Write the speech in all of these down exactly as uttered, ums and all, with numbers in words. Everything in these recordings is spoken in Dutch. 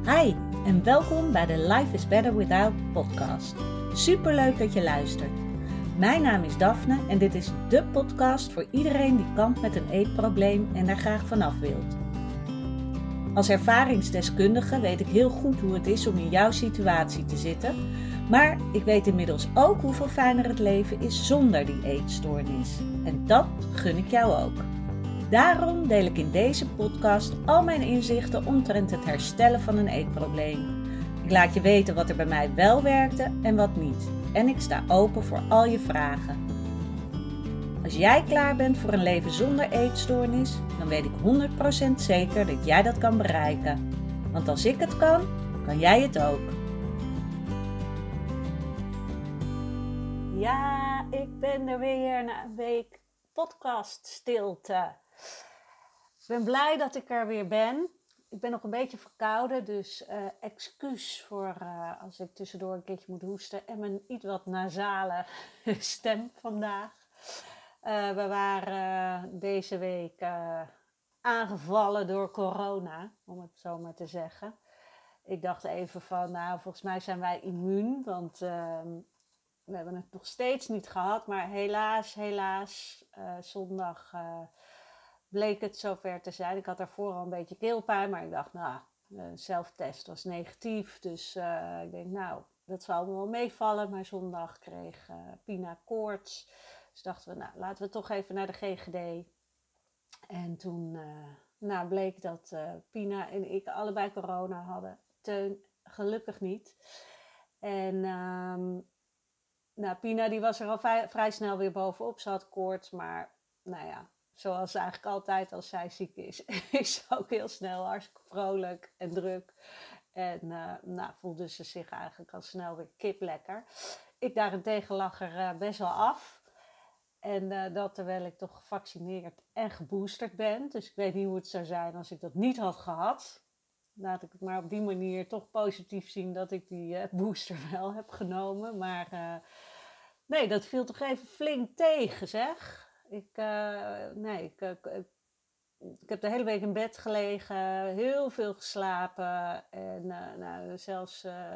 Hi en welkom bij de Life is Better Without podcast. Superleuk dat je luistert. Mijn naam is Daphne en dit is dé podcast voor iedereen die kampt met een eetprobleem en daar graag vanaf wilt. Als ervaringsdeskundige weet ik heel goed hoe het is om in jouw situatie te zitten, maar ik weet inmiddels ook hoeveel fijner het leven is zonder die eetstoornis. En dat gun ik jou ook. Daarom deel ik in deze podcast al mijn inzichten omtrent het herstellen van een eetprobleem. Ik laat je weten wat er bij mij wel werkte en wat niet. En ik sta open voor al je vragen. Als jij klaar bent voor een leven zonder eetstoornis, dan weet ik honderd procent zeker dat jij dat kan bereiken. Want als ik het kan, kan jij het ook. Ja, ik ben er weer na een week podcast stilte. Ik ben blij dat ik er weer ben. Ik ben nog een beetje verkouden, dus uh, excuus voor uh, als ik tussendoor een keertje moet hoesten en mijn iets wat nasale stem vandaag. Uh, we waren uh, deze week uh, aangevallen door corona, om het zo maar te zeggen. Ik dacht even van, nou volgens mij zijn wij immuun, want uh, we hebben het nog steeds niet gehad. Maar helaas, helaas, uh, zondag... Uh, bleek het zover te zijn. Ik had daarvoor al een beetje keelpijn, maar ik dacht, nou, de zelftest was negatief. Dus uh, ik denk, nou, dat zal me wel meevallen. Maar zondag kreeg uh, Pina koorts. Dus dachten we, nou, laten we toch even naar de G G D. En toen uh, nou, bleek dat uh, Pina en ik allebei corona hadden. Teun gelukkig niet. En um, nou, Pina die was er al vrij, vrij snel weer bovenop. Ze had koorts, maar nou ja, zoals eigenlijk altijd als zij ziek is, is ze ook heel snel hartstikke vrolijk en druk. En uh, nou, voelde ze zich eigenlijk al snel weer kip lekker. Ik daarentegen lag er uh, best wel af. En uh, dat terwijl ik toch gevaccineerd en geboosterd ben. Dus ik weet niet hoe het zou zijn als ik dat niet had gehad. Laat ik het maar op die manier toch positief zien dat ik die uh, booster wel heb genomen. Maar uh, nee, dat viel toch even flink tegen, zeg. Ik, uh, nee, ik, ik, ik heb de hele week in bed gelegen, heel veel geslapen en uh, nou, zelfs uh,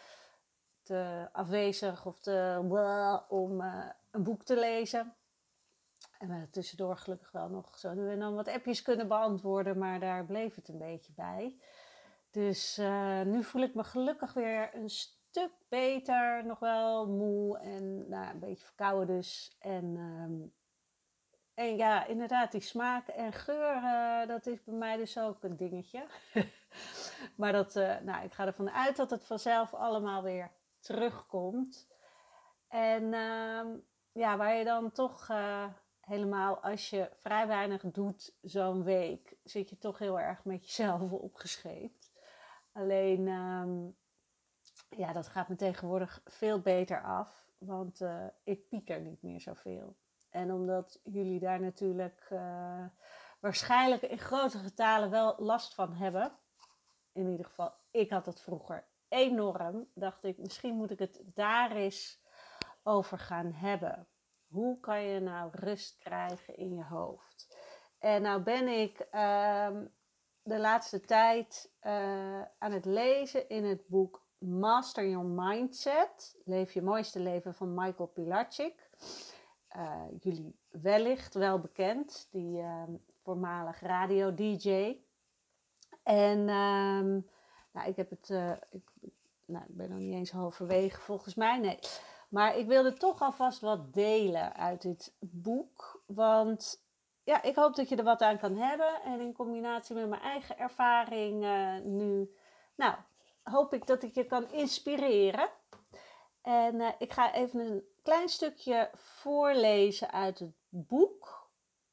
te afwezig of te blah, om uh, een boek te lezen. En we hebben tussendoor gelukkig wel nog zo nu en dan wat appjes kunnen beantwoorden, maar daar bleef het een beetje bij. Dus uh, nu voel ik me gelukkig weer een stuk beter, nog wel moe en nou, een beetje verkouden dus. En... Um, En ja, inderdaad, die smaak en geur, uh, dat is bij mij dus ook een dingetje. Maar dat, uh, nou, ik ga ervan uit dat het vanzelf allemaal weer terugkomt. En uh, ja, waar je dan toch uh, helemaal, als je vrij weinig doet zo'n week, zit je toch heel erg met jezelf opgescheept. Alleen, uh, ja, dat gaat me tegenwoordig veel beter af, want uh, ik pieker niet meer zoveel. En omdat jullie daar natuurlijk uh, waarschijnlijk in grote getalen wel last van hebben. In ieder geval, ik had dat vroeger enorm. Dacht ik, misschien moet ik het daar eens over gaan hebben. Hoe kan je nou rust krijgen in je hoofd? En nou ben ik uh, de laatste tijd uh, aan het lezen in het boek Master Your Mindset. Leef je mooiste leven van Michael Pilarczyk. Uh, jullie wellicht wel bekend, die uh, voormalig radio-D J. En uh, nou, ik heb het, uh, ik, nou, ik ben nog niet eens halverwege volgens mij, nee. Maar ik wilde toch alvast wat delen uit dit boek, want ja, ik hoop dat je er wat aan kan hebben. En in combinatie met mijn eigen ervaring uh, nu, nou, hoop ik dat ik je kan inspireren. En uh, ik ga even een klein stukje voorlezen uit het boek.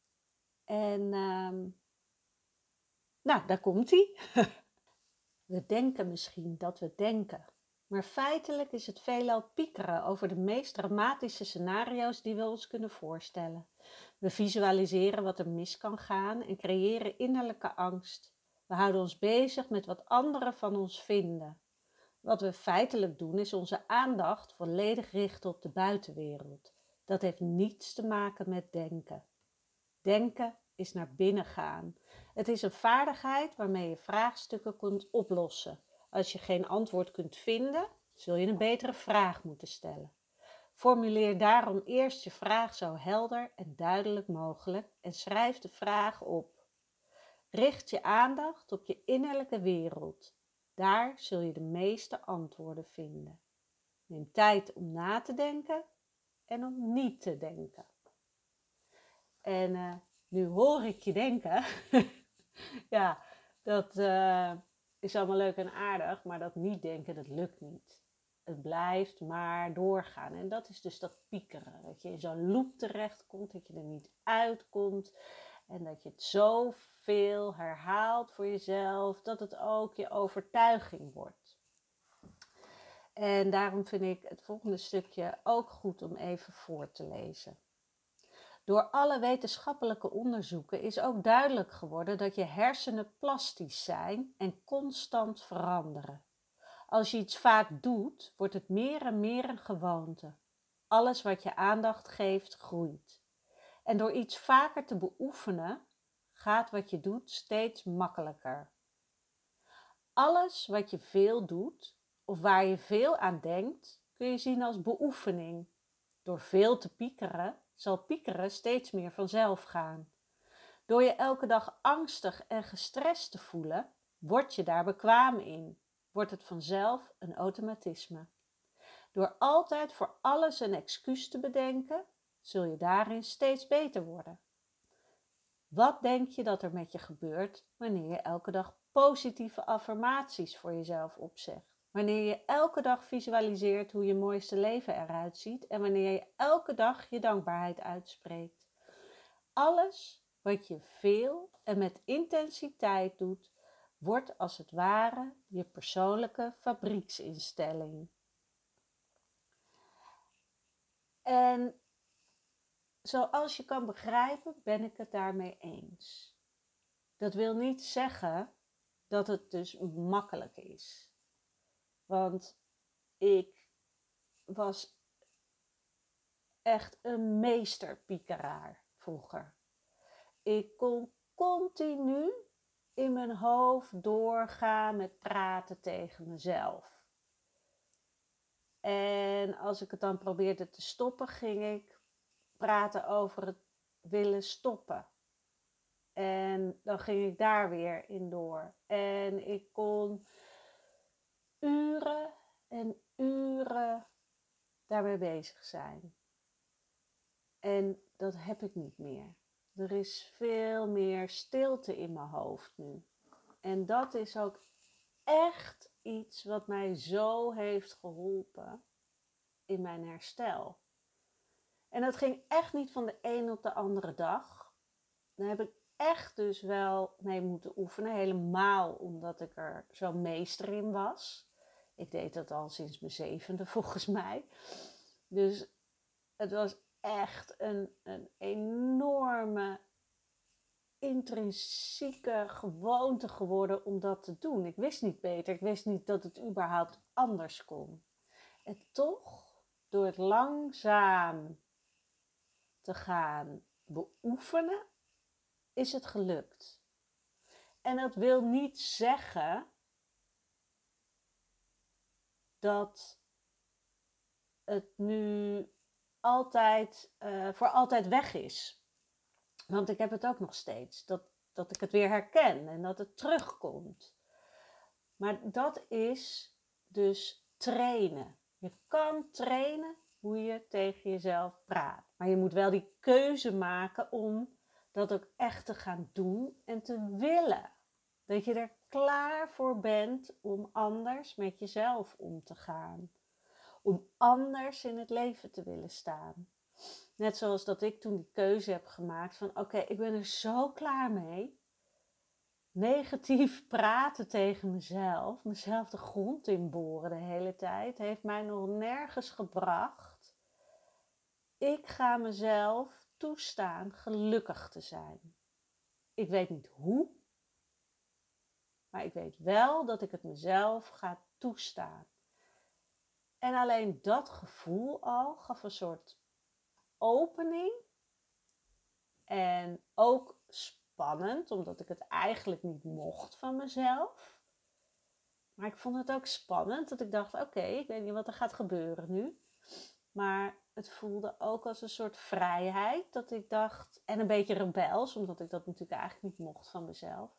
En uh, nou, daar komt ie. We denken misschien dat we denken. Maar feitelijk is het veelal piekeren over de meest dramatische scenario's die we ons kunnen voorstellen. We visualiseren wat er mis kan gaan en creëren innerlijke angst. We houden ons bezig met wat anderen van ons vinden. Wat we feitelijk doen is onze aandacht volledig richten op de buitenwereld. Dat heeft niets te maken met denken. Denken is naar binnen gaan. Het is een vaardigheid waarmee je vraagstukken kunt oplossen. Als je geen antwoord kunt vinden, zul je een betere vraag moeten stellen. Formuleer daarom eerst je vraag zo helder en duidelijk mogelijk en schrijf de vraag op. Richt je aandacht op je innerlijke wereld. Daar zul je de meeste antwoorden vinden. Neem tijd om na te denken en om niet te denken. En uh, nu hoor ik je denken, ja, dat uh, is allemaal leuk en aardig, maar dat niet denken, dat lukt niet. Het blijft maar doorgaan. En dat is dus dat piekeren. Dat je in zo'n loop terechtkomt, dat je er niet uitkomt. En dat je het zoveel herhaalt voor jezelf, dat het ook je overtuiging wordt. En daarom vind ik het volgende stukje ook goed om even voor te lezen. Door alle wetenschappelijke onderzoeken is ook duidelijk geworden dat je hersenen plastisch zijn en constant veranderen. Als je iets vaak doet, wordt het meer en meer een gewoonte. Alles wat je aandacht geeft, groeit. En door iets vaker te beoefenen, gaat wat je doet steeds makkelijker. Alles wat je veel doet, of waar je veel aan denkt, kun je zien als beoefening. Door veel te piekeren, zal piekeren steeds meer vanzelf gaan. Door je elke dag angstig en gestrest te voelen, word je daar bekwaam in. Wordt het vanzelf een automatisme. Door altijd voor alles een excuus te bedenken, zul je daarin steeds beter worden. Wat denk je dat er met je gebeurt wanneer je elke dag positieve affirmaties voor jezelf opzegt? Wanneer je elke dag visualiseert hoe je mooiste leven eruit ziet en wanneer je elke dag je dankbaarheid uitspreekt. Alles wat je veel en met intensiteit doet, wordt als het ware je persoonlijke fabrieksinstelling. En zoals je kan begrijpen, ben ik het daarmee eens. Dat wil niet zeggen dat het dus makkelijk is. Want ik was echt een meesterpiekeraar vroeger. Ik kon continu in mijn hoofd doorgaan met praten tegen mezelf. En als ik het dan probeerde te stoppen, ging ik praten over het willen stoppen. En dan ging ik daar weer in door. En ik kon uren en uren daarmee bezig zijn. En dat heb ik niet meer. Er is veel meer stilte in mijn hoofd nu. En dat is ook echt iets wat mij zo heeft geholpen in mijn herstel. En dat ging echt niet van de een op de andere dag. Daar heb ik echt dus wel mee moeten oefenen. Helemaal omdat ik er zo meester in was. Ik deed dat al sinds mijn zevende volgens mij. Dus het was echt een, een enorme intrinsieke gewoonte geworden om dat te doen. Ik wist niet beter. Ik wist niet dat het überhaupt anders kon. En toch, door het langzaam te gaan beoefenen, is het gelukt. En dat wil niet zeggen dat het nu altijd, uh, voor altijd weg is. Want ik heb het ook nog steeds. Dat, dat ik het weer herken en dat het terugkomt. Maar dat is dus trainen. Je kan trainen hoe je tegen jezelf praat. Maar je moet wel die keuze maken om dat ook echt te gaan doen en te willen. Dat je er klaar voor bent om anders met jezelf om te gaan. Om anders in het leven te willen staan. Net zoals dat ik toen die keuze heb gemaakt van oké, okay, ik ben er zo klaar mee. Negatief praten tegen mezelf, mezelf de grond inboren de hele tijd, heeft mij nog nergens gebracht. Ik ga mezelf toestaan gelukkig te zijn. Ik weet niet hoe, maar ik weet wel dat ik het mezelf ga toestaan. En alleen dat gevoel al gaf een soort opening en ook spannend, omdat ik het eigenlijk niet mocht van mezelf. Maar ik vond het ook spannend, dat ik dacht, oké, okay, ik weet niet wat er gaat gebeuren nu. Maar het voelde ook als een soort vrijheid, dat ik dacht, en een beetje rebels, omdat ik dat natuurlijk eigenlijk niet mocht van mezelf.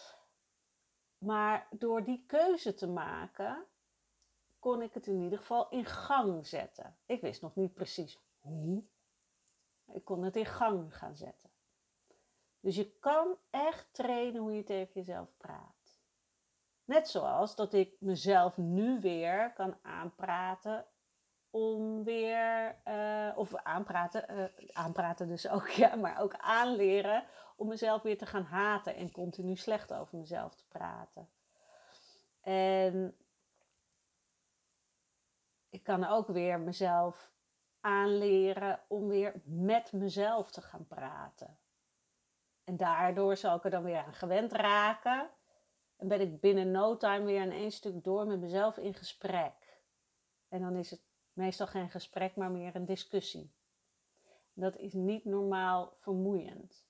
Maar door die keuze te maken, kon ik het in ieder geval in gang zetten. Ik wist nog niet precies hoe. Ik kon het in gang gaan zetten. Dus je kan echt trainen hoe je tegen jezelf praat. Net zoals dat ik mezelf nu weer kan aanpraten om weer, uh, of aanpraten, uh, aanpraten dus ook, ja, maar ook aanleren om mezelf weer te gaan haten en continu slecht over mezelf te praten. En ik kan ook weer mezelf aanleren om weer met mezelf te gaan praten. En daardoor zal ik er dan weer aan gewend raken. En ben ik binnen no time weer in één stuk door met mezelf in gesprek. En dan is het meestal geen gesprek, maar meer een discussie. Dat is niet normaal vermoeiend.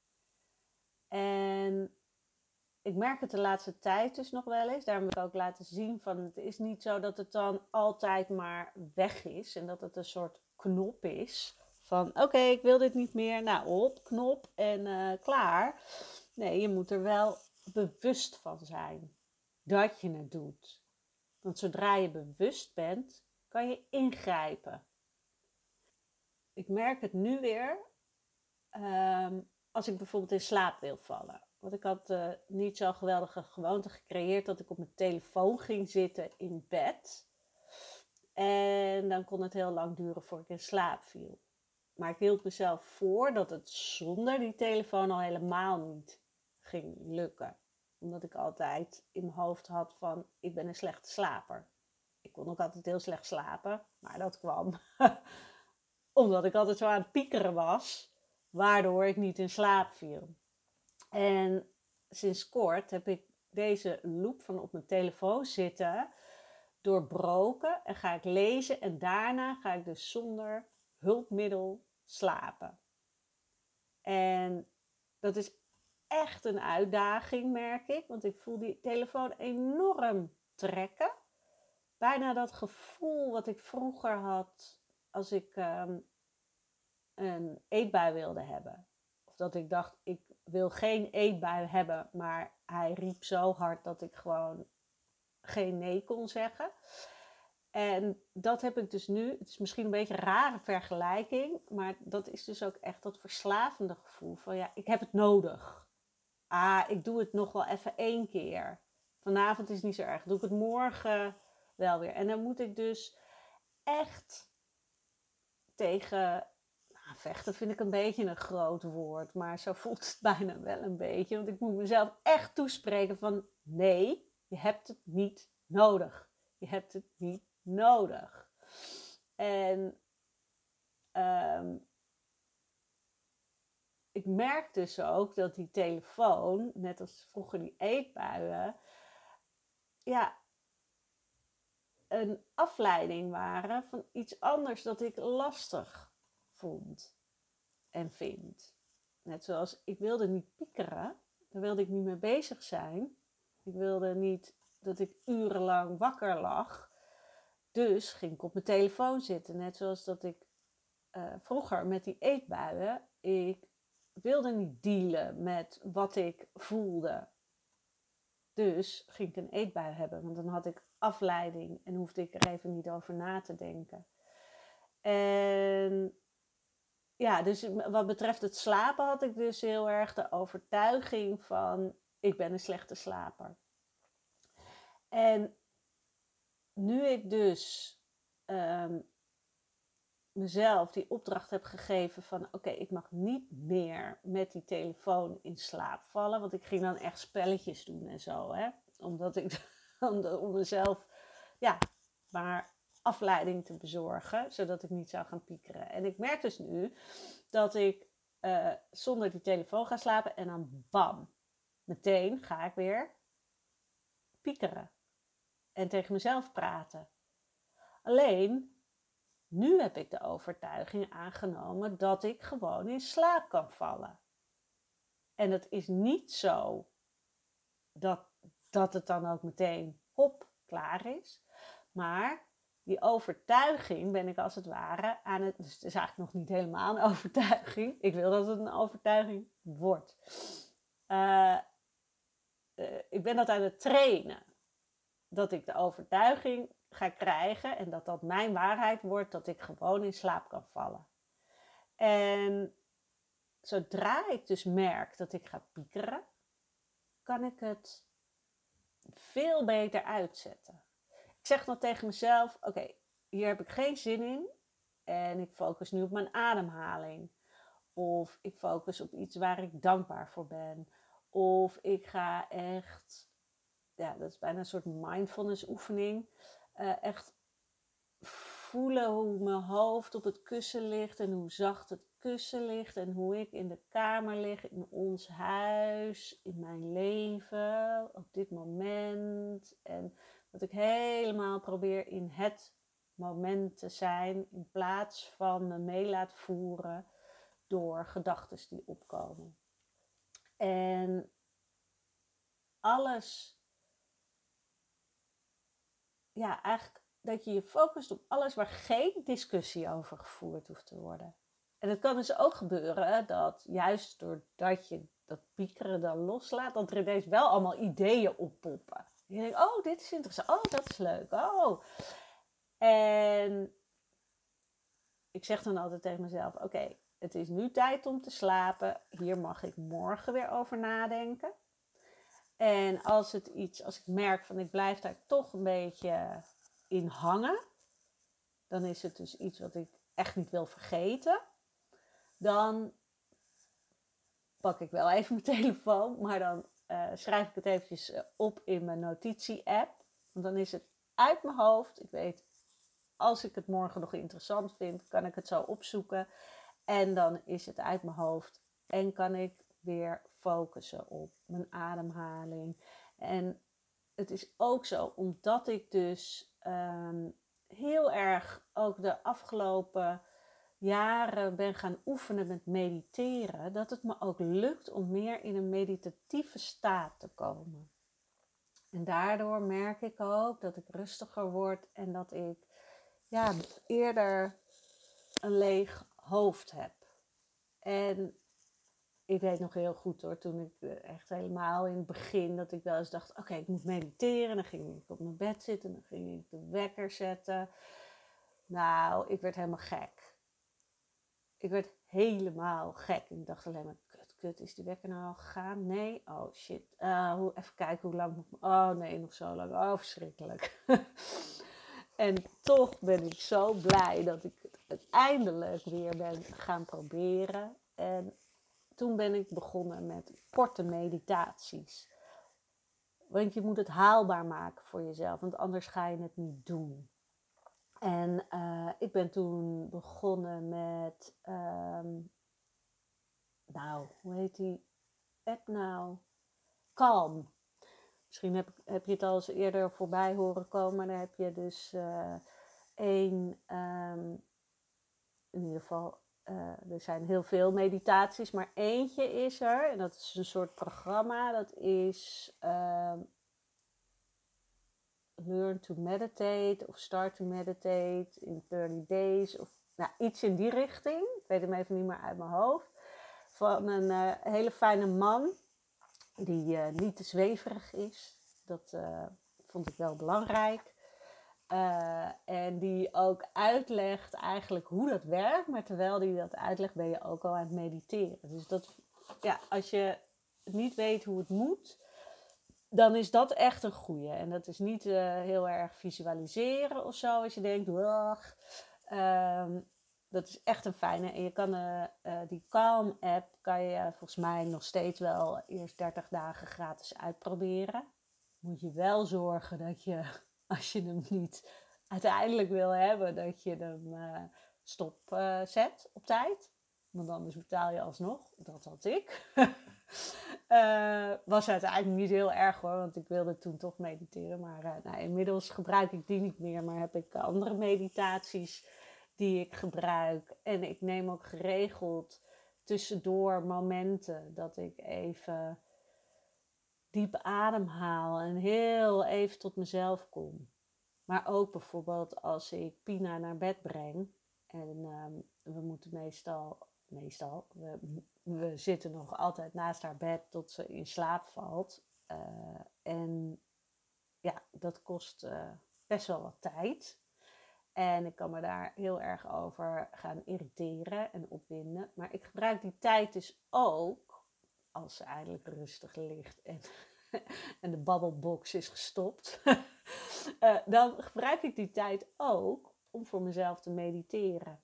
En ik merk het de laatste tijd dus nog wel eens. Daarom heb ik ook laten zien van het is niet zo dat het dan altijd maar weg is. En dat het een soort knop is. Van oké, okay, ik wil dit niet meer. Nou op, knop en uh, klaar. Nee, je moet er wel bewust van zijn dat je het doet. Want zodra je bewust bent, kan je ingrijpen. Ik merk het nu weer um, als ik bijvoorbeeld in slaap wil vallen. Want ik had uh, niet zo'n geweldige gewoonte gecreëerd dat ik op mijn telefoon ging zitten in bed. En dan kon het heel lang duren voordat ik in slaap viel. Maar ik hield mezelf voor dat het zonder die telefoon al helemaal niet ging lukken. Omdat ik altijd in mijn hoofd had van, ik ben een slechte slaper. Ik kon ook altijd heel slecht slapen, maar dat kwam omdat ik altijd zo aan het piekeren was, waardoor ik niet in slaap viel. En sinds kort heb ik deze loop van op mijn telefoon zitten doorbroken en ga ik lezen en daarna ga ik dus zonder hulpmiddel slapen. En dat is echt een uitdaging, merk ik, want ik voel die telefoon enorm trekken. Bijna dat gevoel wat ik vroeger had als ik um, een eetbui wilde hebben. Of dat ik dacht, ik wil geen eetbui hebben, maar hij riep zo hard dat ik gewoon geen nee kon zeggen. En dat heb ik dus nu. Het is misschien een beetje een rare vergelijking, maar dat is dus ook echt dat verslavende gevoel van ja, ik heb het nodig. Ah, ik doe het nog wel even één keer. Vanavond is niet zo erg, doe ik het morgen wel weer. En dan moet ik dus echt tegen, nou, vechten vind ik een beetje een groot woord, maar zo voelt het bijna wel een beetje. Want ik moet mezelf echt toespreken van nee, je hebt het niet nodig. Je hebt het niet nodig. En um, ik merk dus ook dat die telefoon, net als vroeger die eetbuien, ja, een afleiding waren van iets anders dat ik lastig vond en vind. Net zoals ik wilde niet piekeren, daar wilde ik niet mee bezig zijn. Ik wilde niet dat ik urenlang wakker lag. Dus ging ik op mijn telefoon zitten. Net zoals dat ik uh, vroeger met die eetbuien, ik wilde niet dealen met wat ik voelde. Dus ging ik een eetbui hebben, want dan had ik afleiding en hoefde ik er even niet over na te denken. En ja, dus wat betreft het slapen had ik dus heel erg de overtuiging van, ik ben een slechte slaper. En nu ik dus um, mezelf die opdracht heb gegeven van, oké, okay, ik mag niet meer met die telefoon in slaap vallen. Want ik ging dan echt spelletjes doen en zo, hè. Omdat ik, om, de, om mezelf, ja, maar afleiding te bezorgen, zodat ik niet zou gaan piekeren. En ik merk dus nu dat ik uh, zonder die telefoon ga slapen en dan bam, meteen ga ik weer piekeren. En tegen mezelf praten. Alleen, nu heb ik de overtuiging aangenomen dat ik gewoon in slaap kan vallen. En het is niet zo dat, dat het dan ook meteen, hop, klaar is. Maar die overtuiging ben ik als het ware aan het... Dus het is eigenlijk nog niet helemaal een overtuiging. Ik wil dat het een overtuiging wordt. Uh, uh, ik ben dat aan het trainen. Dat ik de overtuiging ga krijgen en dat dat mijn waarheid wordt, dat ik gewoon in slaap kan vallen. En zodra ik dus merk dat ik ga piekeren, kan ik het veel beter uitzetten. Ik zeg dan tegen mezelf, oké, okay, hier heb ik geen zin in en ik focus nu op mijn ademhaling. Of ik focus op iets waar ik dankbaar voor ben. Of ik ga echt, ja, dat is bijna een soort mindfulness oefening, uh, echt voelen hoe mijn hoofd op het kussen ligt en hoe zacht het kussen ligt en hoe ik in de kamer lig, in ons huis, in mijn leven, op dit moment. En dat ik helemaal probeer in het moment te zijn in plaats van me mee laat voeren door gedachten die opkomen. En alles, ja, eigenlijk dat je je focust op alles waar geen discussie over gevoerd hoeft te worden. En het kan dus ook gebeuren dat juist doordat je dat piekeren dan loslaat, dat er ineens wel allemaal ideeën oppoppen. Je denkt, oh, dit is interessant. Oh, dat is leuk. Oh. En ik zeg dan altijd tegen mezelf, oké, okay, het is nu tijd om te slapen. Hier mag ik morgen weer over nadenken. En als het iets, als ik merk van ik blijf daar toch een beetje in hangen, dan is het dus iets wat ik echt niet wil vergeten. Dan pak ik wel even mijn telefoon, maar dan uh, schrijf ik het eventjes op in mijn notitie-app. Want dan is het uit mijn hoofd. Ik weet, als ik het morgen nog interessant vind, kan ik het zo opzoeken. En dan is het uit mijn hoofd en kan ik weer focussen op mijn ademhaling. En het is ook zo, omdat ik dus um, heel erg ook de afgelopen jaren ben gaan oefenen met mediteren, dat het me ook lukt om meer in een meditatieve staat te komen. En daardoor merk ik ook dat ik rustiger word en dat ik ja, eerder een leeg hoofd heb. En ik weet nog heel goed hoor, toen ik echt helemaal in het begin, dat ik wel eens dacht, oké, okay, ik moet mediteren. Dan ging ik op mijn bed zitten, dan ging ik de wekker zetten. Nou, ik werd helemaal gek. Ik werd helemaal gek. En ik dacht alleen maar, kut, kut, is die wekker nou al gegaan? Nee? Oh shit. Uh, hoe, even kijken hoe lang. Oh nee, nog zo lang. Oh, verschrikkelijk. En toch ben ik zo blij dat ik het uiteindelijk weer ben gaan proberen. En toen ben ik begonnen met korte meditaties. Want je moet het haalbaar maken voor jezelf, want anders ga je het niet doen. En uh, ik ben toen begonnen met, um, nou, hoe heet die app nou? Calm. Misschien heb, heb je het al eens eerder voorbij horen komen, maar dan heb je dus uh, één, um, in ieder geval, uh, er zijn heel veel meditaties, maar eentje is er, en dat is een soort programma, dat is uh, Learn to Meditate of Start to Meditate in dertig days, of nou, iets in die richting, ik weet hem even niet meer uit mijn hoofd, van een uh, hele fijne man, die uh, niet te zweverig is, dat uh, vond ik wel belangrijk. Uh, en die ook uitlegt eigenlijk hoe dat werkt. Maar terwijl die dat uitlegt ben je ook al aan het mediteren. Dus dat, ja, als je niet weet hoe het moet, dan is dat echt een goeie. En dat is niet uh, heel erg visualiseren of zo. Als je denkt, wach, um, dat is echt een fijne. En je kan uh, uh, die Calm app kan je uh, volgens mij nog steeds wel eerst dertig dagen gratis uitproberen. Moet je wel zorgen dat je, als je hem niet uiteindelijk wil hebben, dat je hem uh, stop uh, zet op tijd. Want anders betaal je alsnog. Dat had ik. uh, was uiteindelijk niet heel erg hoor, want ik wilde toen toch mediteren. Maar uh, nou, inmiddels gebruik ik die niet meer, maar heb ik andere meditaties die ik gebruik. En ik neem ook geregeld tussendoor momenten dat ik even diep ademhaal en heel even tot mezelf kom. Maar ook bijvoorbeeld als ik Pina naar bed breng. En um, we moeten meestal, meestal, we, we zitten nog altijd naast haar bed tot ze in slaap valt. Uh, en ja, dat kost uh, best wel wat tijd. En ik kan me daar heel erg over gaan irriteren en opwinden. Maar ik gebruik die tijd dus ook, als ze eindelijk rustig ligt en, en de babbelbox is gestopt. uh, dan gebruik ik die tijd ook om voor mezelf te mediteren.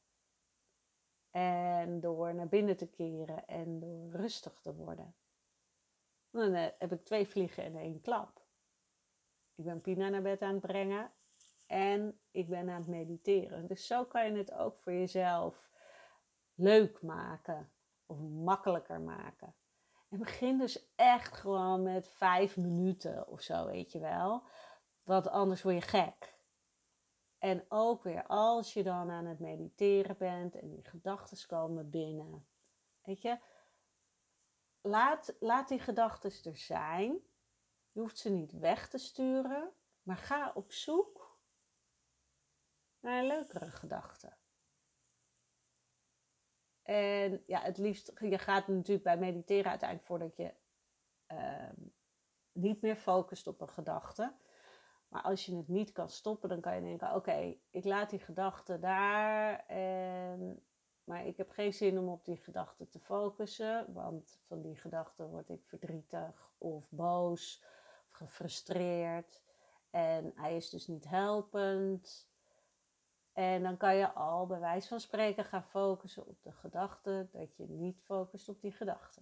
En door naar binnen te keren en door rustig te worden. Dan uh, heb ik twee vliegen in één klap. Ik ben Pina naar bed aan het brengen. En ik ben aan het mediteren. Dus zo kan je het ook voor jezelf leuk maken. Of makkelijker maken. En begin dus echt gewoon met vijf minuten of zo, weet je wel. Want anders word je gek. En ook weer als je dan aan het mediteren bent en die gedachten komen binnen. Weet je, laat, laat die gedachten er zijn. Je hoeft ze niet weg te sturen. Maar ga op zoek naar een leukere gedachte. En ja, het liefst, je gaat natuurlijk bij mediteren uiteindelijk voordat je uh, niet meer focust op een gedachte. Maar als je het niet kan stoppen, dan kan je denken, oké, okay, ik laat die gedachte daar. En, maar ik heb geen zin om op die gedachte te focussen. Want van die gedachte word ik verdrietig of boos of gefrustreerd. En hij is dus niet helpend. En dan kan je al bij wijze van spreken gaan focussen op de gedachte dat je niet focust op die gedachte.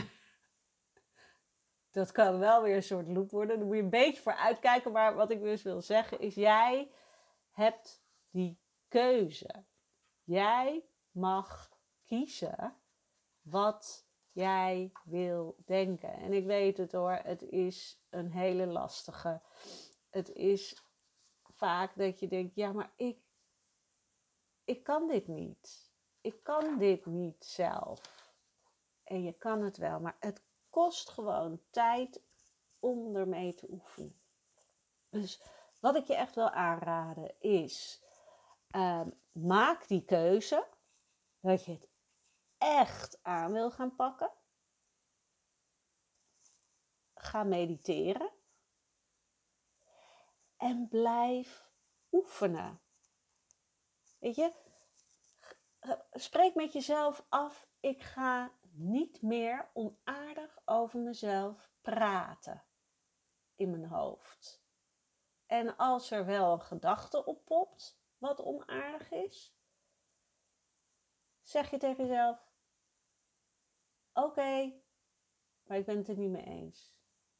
Dat kan wel weer een soort loop worden. Daar moet je een beetje voor uitkijken. Maar wat ik dus wil zeggen is, jij hebt die keuze. Jij mag kiezen wat jij wil denken. En ik weet het hoor, het is een hele lastige. Het is vaak dat je denkt, ja maar ik Ik kan dit niet. Ik kan dit niet zelf. En je kan het wel, maar het kost gewoon tijd om ermee te oefenen. Dus wat ik je echt wil aanraden is, uh, maak die keuze dat je het echt aan wil gaan pakken. Ga mediteren. En blijf oefenen. Weet je, spreek met jezelf af, ik ga niet meer onaardig over mezelf praten in mijn hoofd. En als er wel een gedachte oppopt wat onaardig is, zeg je tegen jezelf, oké, okay, maar ik ben het er niet mee eens.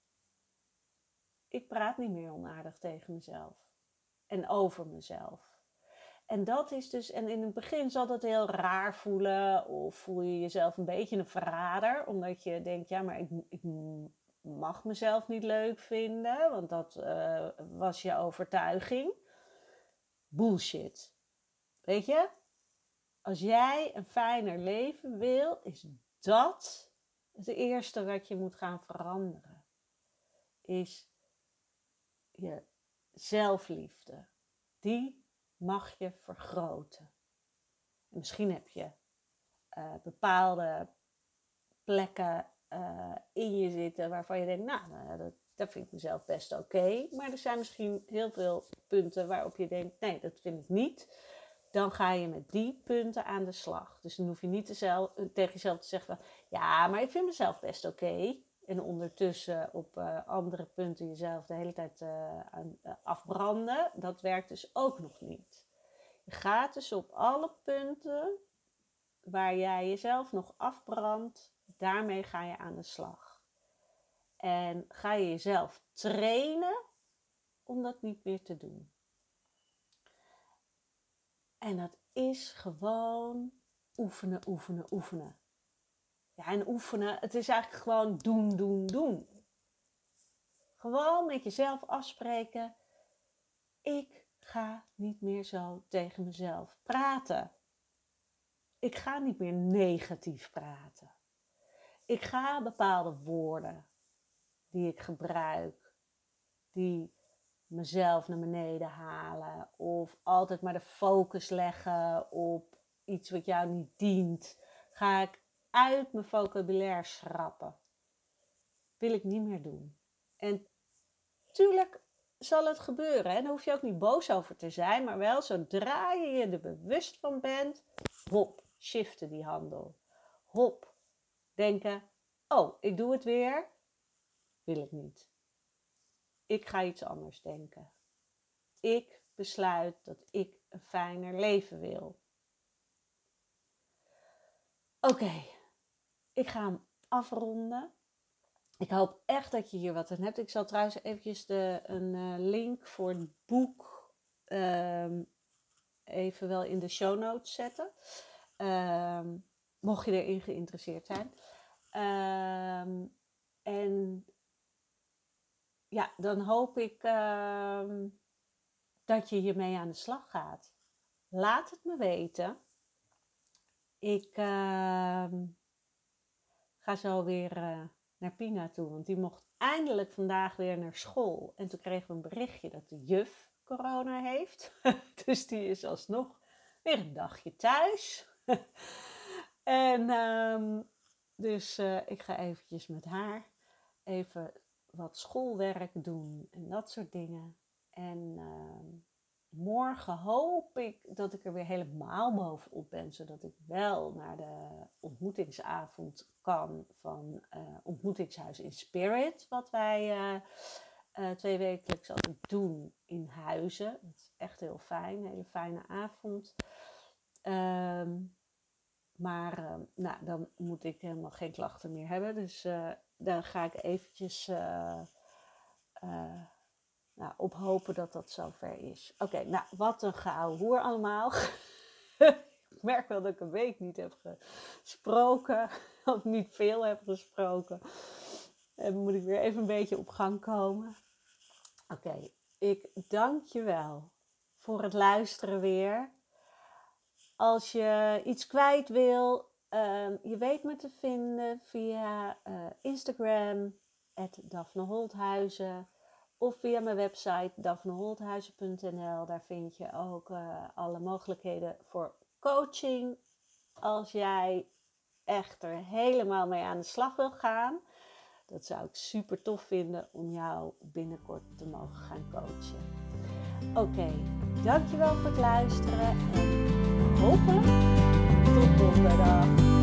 Ik praat niet meer onaardig tegen mezelf en over mezelf. En dat is dus, en in het begin zal dat heel raar voelen, of voel je jezelf een beetje een verrader, omdat je denkt, ja, maar ik, ik mag mezelf niet leuk vinden, want dat uh, was je overtuiging. Bullshit. Weet je? Als jij een fijner leven wil, is dat het eerste wat je moet gaan veranderen. Is je zelfliefde. Die mag je vergroten. En misschien heb je uh, bepaalde plekken uh, in je zitten waarvan je denkt, nou, nou dat, dat vind ik mezelf best oké. Okay. Maar er zijn misschien heel veel punten waarop je denkt, nee, dat vind ik niet. Dan ga je met die punten aan de slag. Dus dan hoef je niet zelf, tegen jezelf te zeggen, ja, maar ik vind mezelf best oké. Okay. En ondertussen op uh, andere punten jezelf de hele tijd uh, aan, uh, afbranden. Dat werkt dus ook nog niet. Je gaat dus op alle punten waar jij jezelf nog afbrandt, daarmee ga je aan de slag. En ga je jezelf trainen om dat niet meer te doen. En dat is gewoon oefenen, oefenen, oefenen. Ja, en oefenen, het is eigenlijk gewoon doen, doen, doen. Gewoon met jezelf afspreken. Ik ga niet meer zo tegen mezelf praten. Ik ga niet meer negatief praten. Ik ga bepaalde woorden die ik gebruik, die mezelf naar beneden halen of altijd maar de focus leggen op iets wat jou niet dient, ga ik uit mijn vocabulaire schrappen. Wil ik niet meer doen. En tuurlijk zal het gebeuren. Hè? Daar hoef je ook niet boos over te zijn, maar wel zodra je je er bewust van bent, hop, shiften die handel. Hop, denken, oh, ik doe het weer, wil ik niet. Ik ga iets anders denken. Ik besluit dat ik een fijner leven wil. Oké, okay, ik ga hem afronden. Ik hoop echt dat je hier wat aan hebt. Ik zal trouwens eventjes de, een uh, link voor het boek um, even wel in de show notes zetten. Um, mocht je erin geïnteresseerd zijn. Um, en ja, dan hoop ik um, dat je hiermee aan de slag gaat. Laat het me weten. Ik uh, ga zo weer uh, naar Pina toe, want die mocht eindelijk vandaag weer naar school. En toen kregen we een berichtje dat de juf corona heeft. Dus die is alsnog weer een dagje thuis. en um, dus uh, ik ga eventjes met haar even wat schoolwerk doen en dat soort dingen. En uh, morgen hoop ik dat ik er weer helemaal bovenop ben, zodat ik wel naar de ontmoetingsavond kan van uh, Ontmoetingshuis in Spirit, wat wij uh, uh, twee wekelijks altijd doen in Huizen. Dat is echt heel fijn, een hele fijne avond. Um, maar uh, nou, dan moet ik helemaal geen klachten meer hebben, dus uh, daar ga ik eventjes uh, uh, nou, op hopen dat dat zover is. Oké, okay, nou, wat een geouwe hoer allemaal. Ik merk wel dat ik een week niet heb gesproken, of niet veel heb gesproken. En dan moet ik weer even een beetje op gang komen. Oké, okay, ik dank je wel voor het luisteren weer. Als je iets kwijt wil, uh, je weet me te vinden via uh, Instagram, at Daphne Holthuizen, of via mijn website daphne holthuizen punt n l. Daar vind je ook uh, alle mogelijkheden voor coaching. Als jij echt er helemaal mee aan de slag wil gaan, dat zou ik super tof vinden om jou binnenkort te mogen gaan coachen. Oké, okay, dankjewel voor het luisteren en hopelijk tot donderdag.